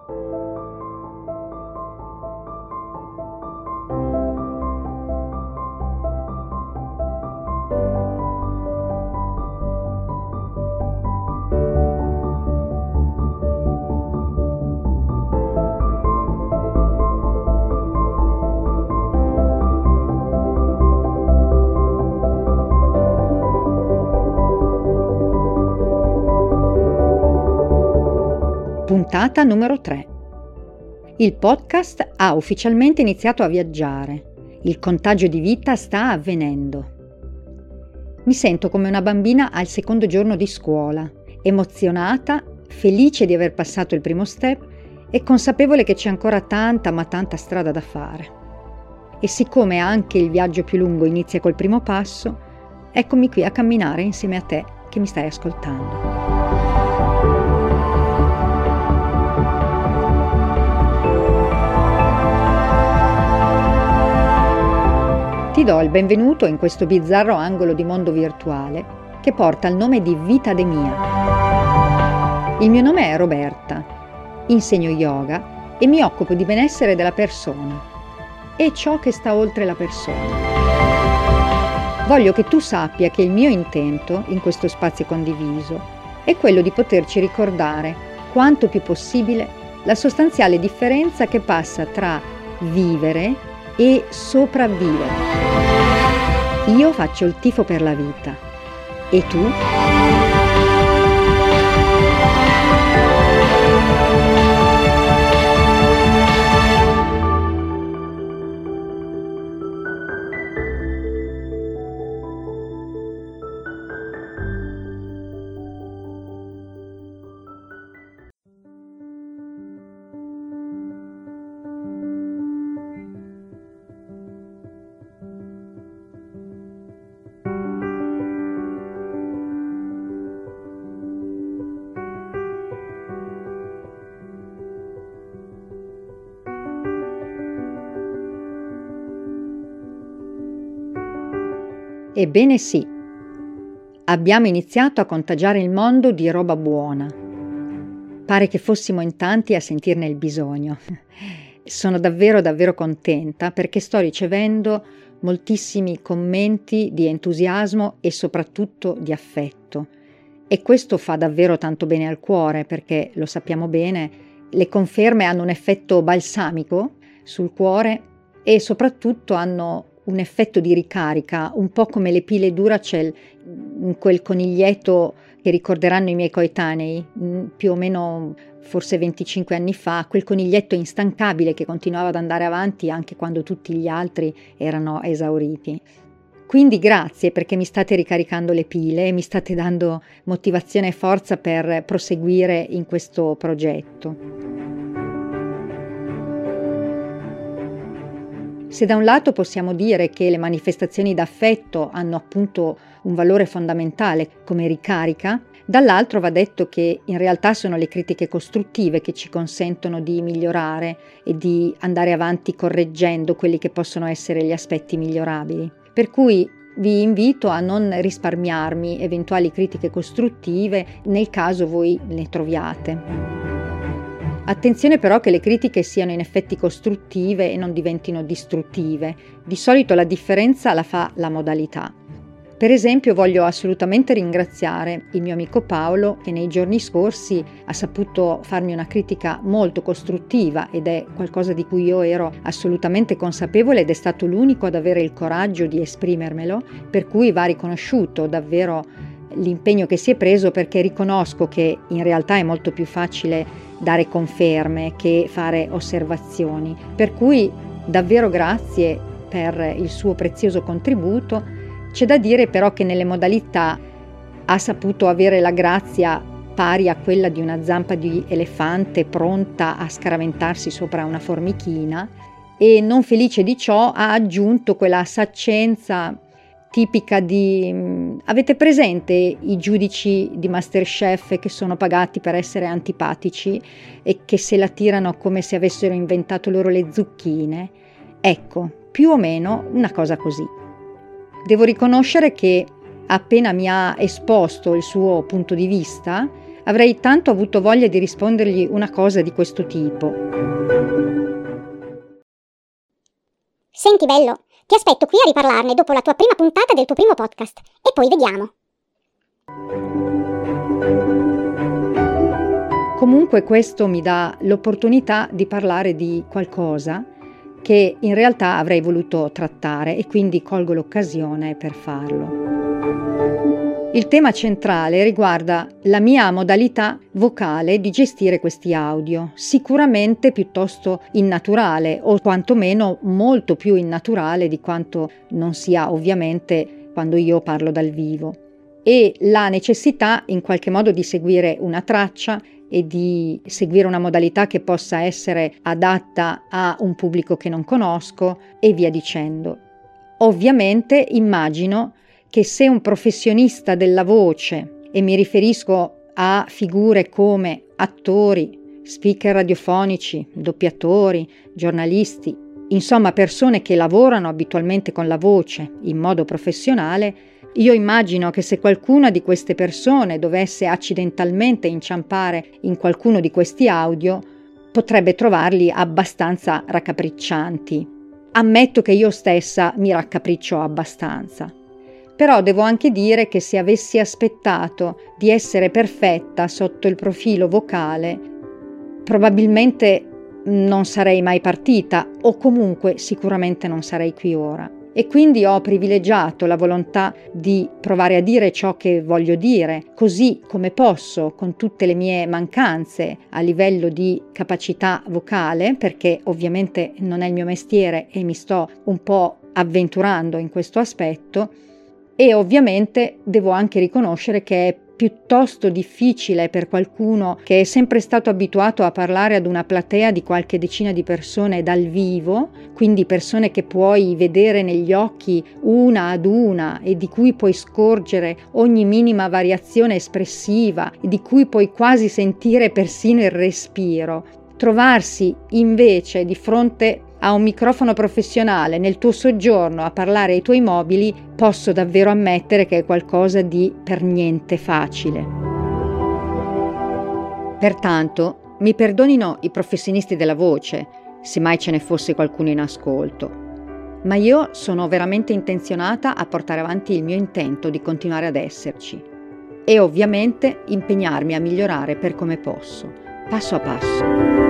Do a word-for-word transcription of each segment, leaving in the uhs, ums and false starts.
Puntata numero tre. Il podcast ha ufficialmente iniziato a viaggiare. Il contagio di vita sta avvenendo. Mi sento come una bambina al secondo giorno di scuola, emozionata, felice di aver passato il primo step e consapevole che c'è ancora tanta ma tanta strada da fare. E siccome anche il viaggio più lungo inizia col primo passo, eccomi qui a camminare insieme a te che mi stai ascoltando. Ti do il benvenuto in questo bizzarro angolo di mondo virtuale che porta il nome di Vitademia. Il mio nome è Roberta, insegno yoga e mi occupo di benessere della persona e ciò che sta oltre la persona. Voglio che tu sappia che il mio intento in questo spazio condiviso è quello di poterci ricordare quanto più possibile la sostanziale differenza che passa tra vivere e sopravvivere. Io faccio il tifo per la vita. E tu? Ebbene sì, abbiamo iniziato a contagiare il mondo di roba buona. Pare che fossimo in tanti a sentirne il bisogno. Sono davvero davvero contenta perché sto ricevendo moltissimi commenti di entusiasmo e soprattutto di affetto. E questo fa davvero tanto bene al cuore perché, lo sappiamo bene, le conferme hanno un effetto balsamico sul cuore e soprattutto hanno un effetto di ricarica, un po' come le pile Duracell in quel coniglietto che ricorderanno i miei coetanei, più o meno forse venticinque anni fa, quel coniglietto instancabile che continuava ad andare avanti anche quando tutti gli altri erano esauriti. Quindi grazie perché mi state ricaricando le pile e mi state dando motivazione e forza per proseguire in questo progetto. Se da un lato possiamo dire che le manifestazioni d'affetto hanno appunto un valore fondamentale come ricarica, dall'altro va detto che in realtà sono le critiche costruttive che ci consentono di migliorare e di andare avanti correggendo quelli che possono essere gli aspetti migliorabili. Per cui vi invito a non risparmiarmi eventuali critiche costruttive nel caso voi ne troviate. Attenzione però che le critiche siano in effetti costruttive e non diventino distruttive. Di solito la differenza la fa la modalità. Per esempio voglio assolutamente ringraziare il mio amico Paolo che nei giorni scorsi ha saputo farmi una critica molto costruttiva ed è qualcosa di cui io ero assolutamente consapevole ed è stato l'unico ad avere il coraggio di esprimermelo, per cui va riconosciuto davvero l'impegno che si è preso perché riconosco che in realtà è molto più facile dare conferme che fare osservazioni, per cui davvero grazie per il suo prezioso contributo. C'è da dire però che nelle modalità ha saputo avere la grazia pari a quella di una zampa di elefante pronta a scaraventarsi sopra una formichina e non felice di ciò ha aggiunto quella saccenza tipica di... Avete presente i giudici di MasterChef che sono pagati per essere antipatici e che se la tirano come se avessero inventato loro le zucchine? Ecco, più o meno una cosa così. Devo riconoscere che appena mi ha esposto il suo punto di vista, Avrei tanto avuto voglia di rispondergli una cosa di questo tipo. Senti bello, ti aspetto qui a riparlarne dopo la tua prima puntata del tuo primo podcast e poi vediamo. Comunque questo mi dà l'opportunità di parlare di qualcosa che in realtà avrei voluto trattare e quindi colgo l'occasione per farlo. Il tema centrale riguarda la mia modalità vocale di gestire questi audio, sicuramente piuttosto innaturale o quantomeno molto più innaturale di quanto non sia ovviamente quando io parlo dal vivo, e la necessità in qualche modo di seguire una traccia e di seguire una modalità che possa essere adatta a un pubblico che non conosco e via dicendo. Ovviamente immagino che se un professionista della voce, e mi riferisco a figure come attori, speaker radiofonici, doppiatori, giornalisti, insomma persone che lavorano abitualmente con la voce in modo professionale, io immagino che se qualcuna di queste persone dovesse accidentalmente inciampare in qualcuno di questi audio, potrebbe trovarli abbastanza raccapriccianti. Ammetto che io stessa mi raccapriccio abbastanza. Però devo anche dire che se avessi aspettato di essere perfetta sotto il profilo vocale, probabilmente non sarei mai partita o comunque sicuramente non sarei qui ora. E quindi ho privilegiato la volontà di provare a dire ciò che voglio dire, così come posso, con tutte le mie mancanze a livello di capacità vocale, perché ovviamente non è il mio mestiere e mi sto un po' avventurando in questo aspetto, e ovviamente devo anche riconoscere che è piuttosto difficile per qualcuno che è sempre stato abituato a parlare ad una platea di qualche decina di persone dal vivo, quindi persone che puoi vedere negli occhi una ad una e di cui puoi scorgere ogni minima variazione espressiva e di cui puoi quasi sentire persino il respiro. Trovarsi invece di fronte a un microfono professionale nel tuo soggiorno a parlare ai tuoi mobili, posso davvero ammettere che è qualcosa di per niente facile. Pertanto, mi perdonino i professionisti della voce, se mai ce ne fosse qualcuno in ascolto, ma io sono veramente intenzionata a portare avanti il mio intento di continuare ad esserci e ovviamente impegnarmi a migliorare per come posso, passo a passo.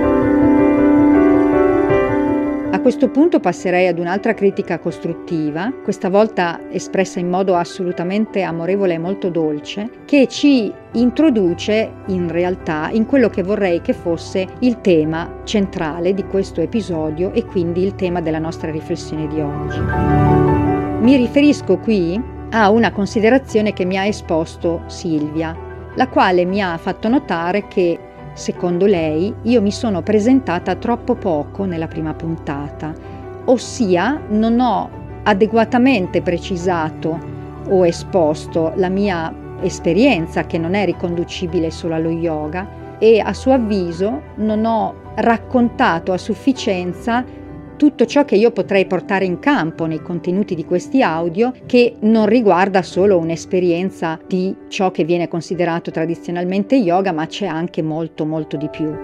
A questo punto passerei ad un'altra critica costruttiva, questa volta espressa in modo assolutamente amorevole e molto dolce, che ci introduce in realtà in quello che vorrei che fosse il tema centrale di questo episodio e quindi il tema della nostra riflessione di oggi. Mi riferisco qui a una considerazione che mi ha esposto Silvia, la quale mi ha fatto notare che secondo lei, io mi sono presentata troppo poco nella prima puntata, ossia non ho adeguatamente precisato o esposto la mia esperienza, che non è riconducibile solo allo yoga, e a suo avviso non ho raccontato a sufficienza tutto ciò che io potrei portare in campo nei contenuti di questi audio, che non riguarda solo un'esperienza di ciò che viene considerato tradizionalmente yoga, ma c'è anche molto molto di più.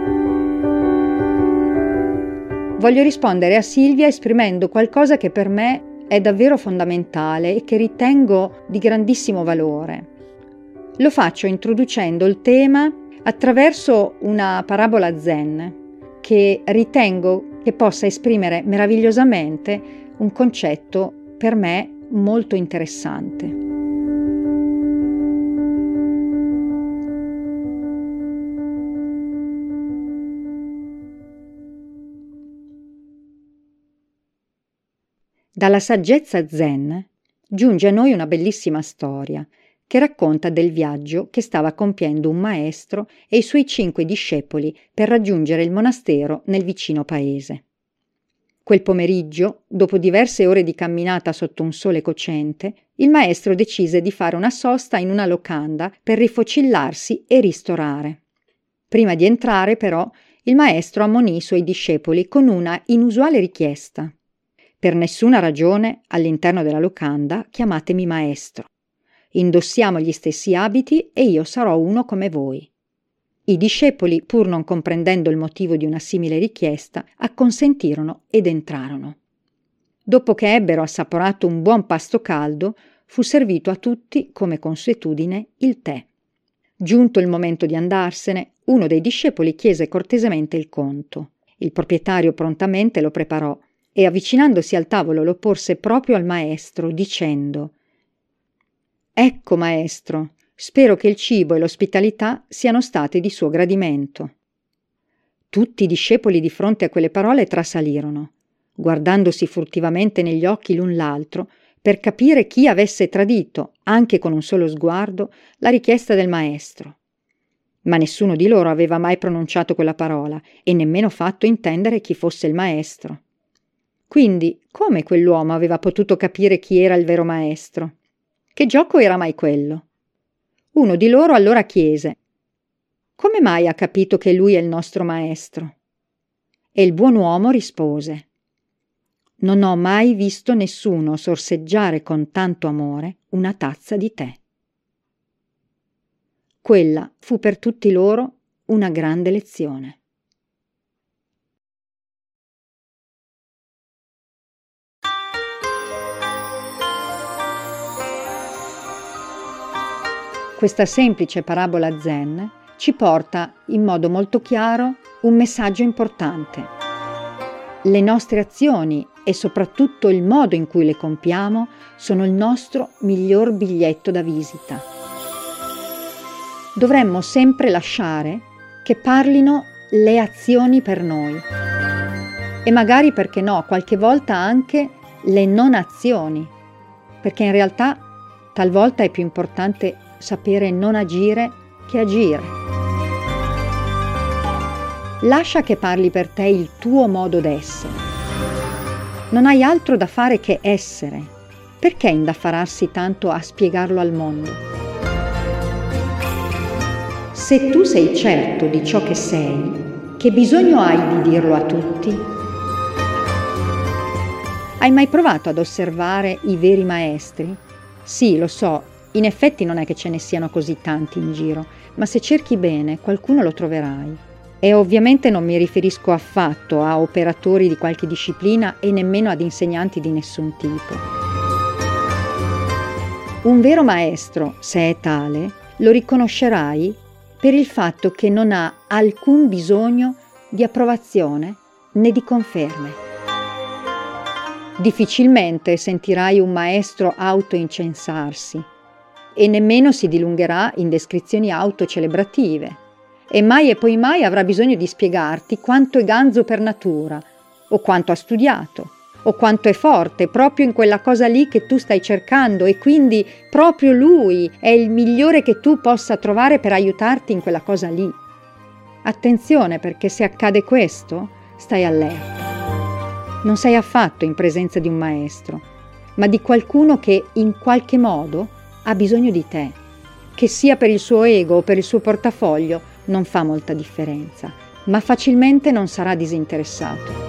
Voglio rispondere a Silvia esprimendo qualcosa che per me è davvero fondamentale e che ritengo di grandissimo valore. Lo faccio introducendo il tema attraverso una parabola zen che ritengo che possa esprimere meravigliosamente un concetto per me molto interessante. Dalla saggezza zen giunge a noi una bellissima storia che racconta del viaggio che stava compiendo un maestro e i suoi cinque discepoli per raggiungere il monastero nel vicino paese. Quel pomeriggio, dopo diverse ore di camminata sotto un sole cocente, il maestro decise di fare una sosta in una locanda per rifocillarsi e ristorare. Prima di entrare, però, il maestro ammonì i suoi discepoli con una inusuale richiesta. Per nessuna ragione, all'interno della locanda, chiamatemi maestro. indossiamo gli stessi abiti e io sarò uno come voi». I discepoli, pur non comprendendo il motivo di una simile richiesta, acconsentirono ed entrarono. Dopo che ebbero assaporato un buon pasto caldo, fu servito a tutti, come consuetudine, il tè. Giunto il momento di andarsene, uno dei discepoli chiese cortesemente il conto. Il proprietario prontamente lo preparò e, avvicinandosi al tavolo, lo porse proprio al maestro, dicendo: «Ecco, maestro, spero che il cibo e l'ospitalità siano state di suo gradimento». Tutti i discepoli di fronte a quelle parole trasalirono, guardandosi furtivamente negli occhi l'un l'altro, per capire chi avesse tradito, anche con un solo sguardo, la richiesta del maestro. Ma nessuno di loro aveva mai pronunciato quella parola e nemmeno fatto intendere chi fosse il maestro. Quindi, come quell'uomo aveva potuto capire chi era il vero maestro? Che gioco era mai quello? Uno di loro allora chiese: «Come mai ha capito che lui è il nostro maestro?» E il buon uomo rispose: «Non ho mai visto nessuno sorseggiare con tanto amore una tazza di tè». Quella fu per tutti loro una grande lezione. Questa semplice parabola zen ci porta in modo molto chiaro un messaggio importante. Le nostre azioni e soprattutto il modo in cui le compiamo sono il nostro miglior biglietto da visita. Dovremmo sempre lasciare che parlino le azioni per noi e magari, perché no, qualche volta anche le non azioni, perché in realtà talvolta è più importante sapere non agire che agire. Lascia che parli per te il tuo modo d'essere. Non hai altro da fare che essere. Perché indaffararsi tanto a spiegarlo al mondo? Se tu sei certo di ciò che sei, che bisogno hai di dirlo a tutti? Hai mai provato ad osservare i veri maestri? Sì, lo so, in effetti non è che ce ne siano così tanti in giro, ma se cerchi bene qualcuno lo troverai. E ovviamente non mi riferisco affatto a operatori di qualche disciplina e nemmeno ad insegnanti di nessun tipo. Un vero maestro, se è tale, lo riconoscerai per il fatto che non ha alcun bisogno di approvazione né di conferme. Difficilmente sentirai un maestro autoincensarsi e nemmeno si dilungherà in descrizioni autocelebrative e mai e poi mai avrà bisogno di spiegarti quanto è ganzo per natura o quanto ha studiato o quanto è forte proprio in quella cosa lì che tu stai cercando e quindi proprio lui è il migliore che tu possa trovare per aiutarti in quella cosa lì. Attenzione, perché se accade questo, stai allerta. Non sei affatto in presenza di un maestro, ma di qualcuno che in qualche modo ha bisogno di te, che sia per il suo ego o per il suo portafoglio, non fa molta differenza, ma facilmente non sarà disinteressato.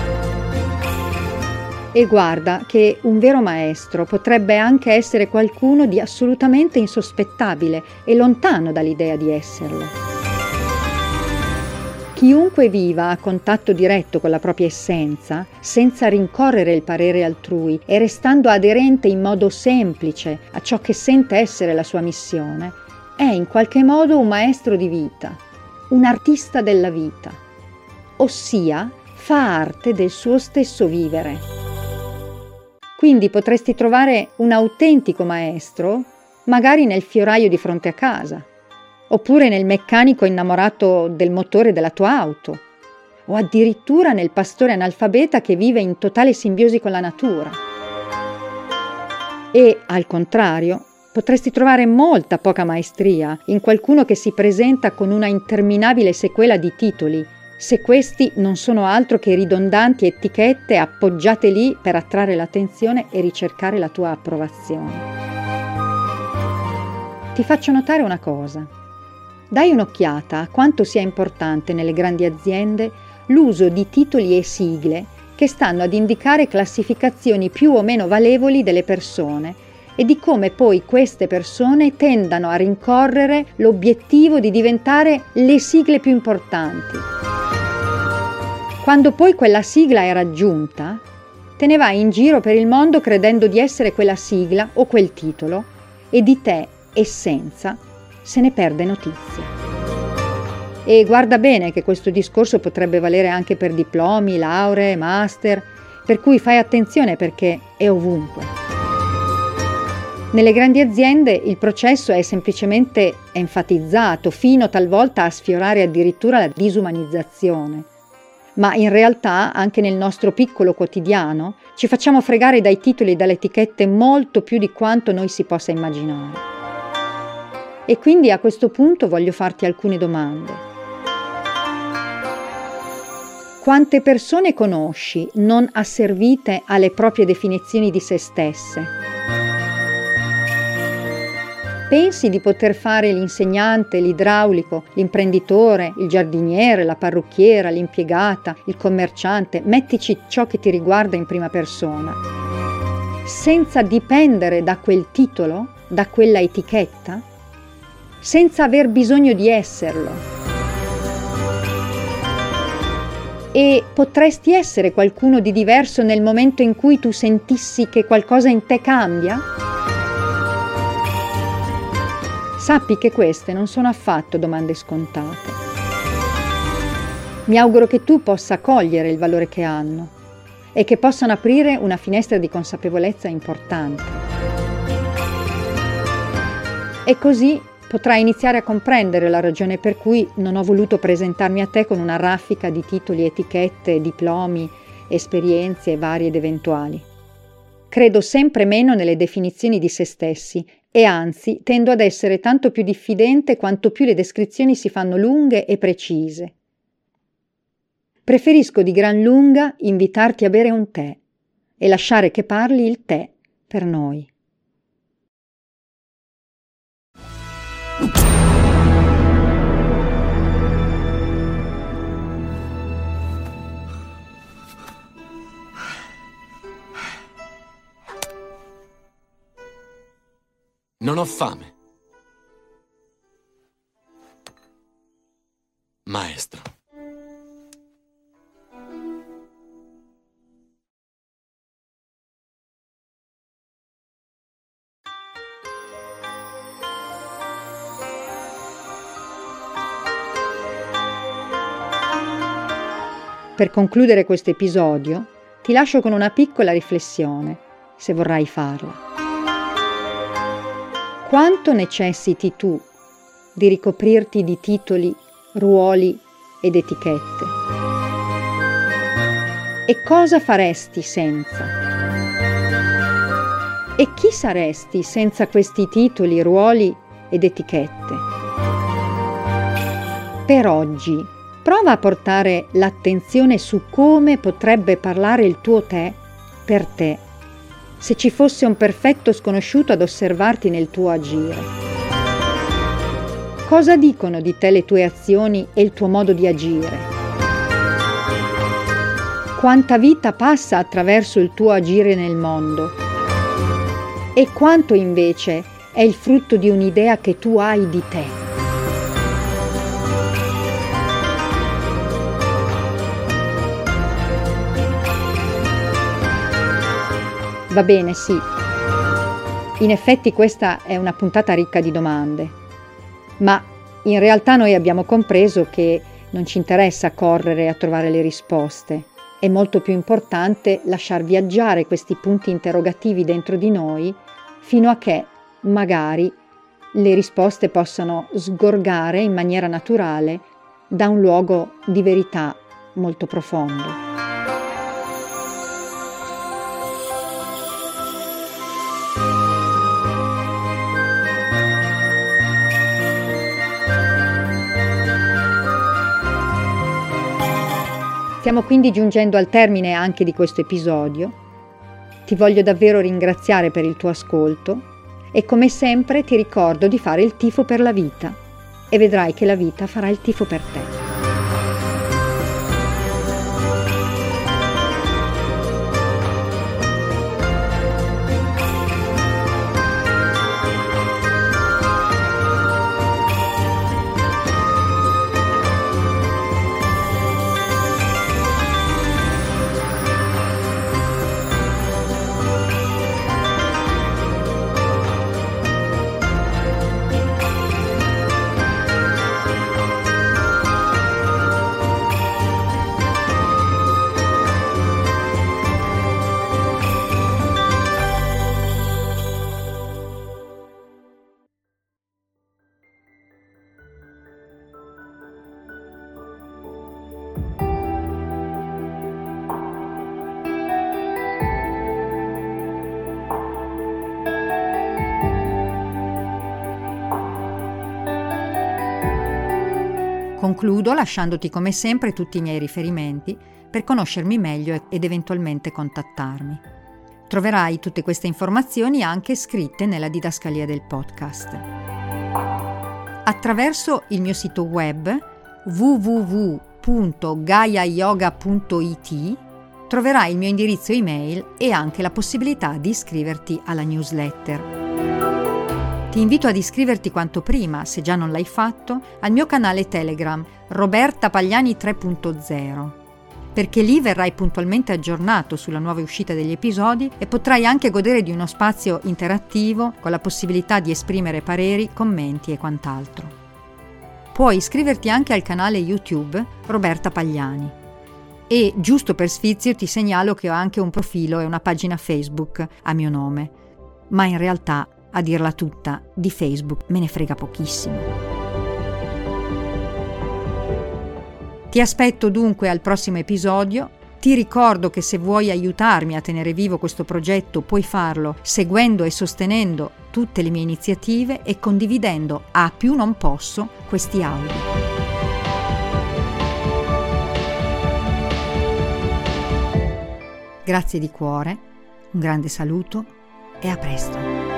E guarda che un vero maestro potrebbe anche essere qualcuno di assolutamente insospettabile e lontano dall'idea di esserlo. Chiunque viva a contatto diretto con la propria essenza, senza rincorrere il parere altrui e restando aderente in modo semplice a ciò che sente essere la sua missione, è in qualche modo un maestro di vita, un artista della vita, ossia fa arte del suo stesso vivere. Quindi potresti trovare un autentico maestro, magari nel fioraio di fronte a casa, oppure nel meccanico innamorato del motore della tua auto, o addirittura nel pastore analfabeta che vive in totale simbiosi con la natura. E, al contrario, potresti trovare molta poca maestria in qualcuno che si presenta con una interminabile sequela di titoli, se questi non sono altro che ridondanti etichette appoggiate lì per attrarre l'attenzione e ricercare la tua approvazione. Ti faccio notare una cosa. Dai un'occhiata a quanto sia importante nelle grandi aziende l'uso di titoli e sigle che stanno ad indicare classificazioni più o meno valevoli delle persone e di come poi queste persone tendano a rincorrere l'obiettivo di diventare le sigle più importanti. Quando poi quella sigla è raggiunta, te ne vai in giro per il mondo credendo di essere quella sigla o quel titolo e di te, essenza, se ne perde notizia. E guarda bene che questo discorso potrebbe valere anche per diplomi, lauree, master, per cui fai attenzione perché è ovunque. Nelle grandi aziende il processo è semplicemente enfatizzato, fino talvolta a sfiorare addirittura la disumanizzazione. Ma in realtà anche nel nostro piccolo quotidiano ci facciamo fregare dai titoli e dalle etichette molto più di quanto noi si possa immaginare. E quindi a questo punto voglio farti alcune domande. Quante persone conosci non asservite alle proprie definizioni di se stesse? Pensi di poter fare l'insegnante, l'idraulico, l'imprenditore, il giardiniere, la parrucchiera, l'impiegata, il commerciante, mettici ciò che ti riguarda in prima persona, senza dipendere da quel titolo, da quella etichetta, senza aver bisogno di esserlo? E potresti essere qualcuno di diverso nel momento in cui tu sentissi che qualcosa in te cambia? Sappi che queste non sono affatto domande scontate. Mi auguro che tu possa cogliere il valore che hanno e che possano aprire una finestra di consapevolezza importante. E così potrai iniziare a comprendere la ragione per cui non ho voluto presentarmi a te con una raffica di titoli, etichette, diplomi, esperienze varie ed eventuali. Credo sempre meno nelle definizioni di se stessi e anzi tendo ad essere tanto più diffidente quanto più le descrizioni si fanno lunghe e precise. Preferisco di gran lunga invitarti a bere un tè e lasciare che parli il tè per noi. Non ho fame. Maestro. Per concludere questo episodio, ti lascio con una piccola riflessione, se vorrai farla. Quanto necessiti tu di ricoprirti di titoli, ruoli ed etichette? E cosa faresti senza? E chi saresti senza questi titoli, ruoli ed etichette? Per oggi, prova a portare l'attenzione su come potrebbe parlare il tuo te per te, se ci fosse un perfetto sconosciuto ad osservarti nel tuo agire. Cosa dicono di te le tue azioni e il tuo modo di agire? Quanta vita passa attraverso il tuo agire nel mondo? E quanto invece è il frutto di un'idea che tu hai di te? Va bene, sì. In effetti questa è una puntata ricca di domande, ma in realtà noi abbiamo compreso che non ci interessa correre a trovare le risposte. È molto più importante lasciar viaggiare questi punti interrogativi dentro di noi fino a che, magari, le risposte possano sgorgare in maniera naturale da un luogo di verità molto profondo. Stiamo quindi giungendo al termine anche di questo episodio. Ti voglio davvero ringraziare per il tuo ascolto e come sempre ti ricordo di fare il tifo per la vita e vedrai che la vita farà il tifo per te. Concludo lasciandoti come sempre tutti i miei riferimenti per conoscermi meglio ed eventualmente contattarmi. Troverai tutte queste informazioni anche scritte nella didascalia del podcast. Attraverso il mio sito web w w w punto gaia yoga punto i t troverai il mio indirizzo email e anche la possibilità di iscriverti alla newsletter. Ti invito ad iscriverti quanto prima, se già non l'hai fatto, al mio canale Telegram Roberta Pagliani tre punto zero, perché lì verrai puntualmente aggiornato sulla nuova uscita degli episodi e potrai anche godere di uno spazio interattivo con la possibilità di esprimere pareri, commenti e quant'altro. Puoi iscriverti anche al canale YouTube Roberta Pagliani. E, giusto per sfizio, ti segnalo che ho anche un profilo e una pagina Facebook a mio nome, ma in realtà, a dirla tutta, di Facebook me ne frega pochissimo. Ti aspetto dunque al prossimo episodio. Ti ricordo che se vuoi aiutarmi a tenere vivo questo progetto puoi farlo seguendo e sostenendo tutte le mie iniziative e condividendo a più non posso questi audio. Grazie di cuore, un grande saluto e a presto.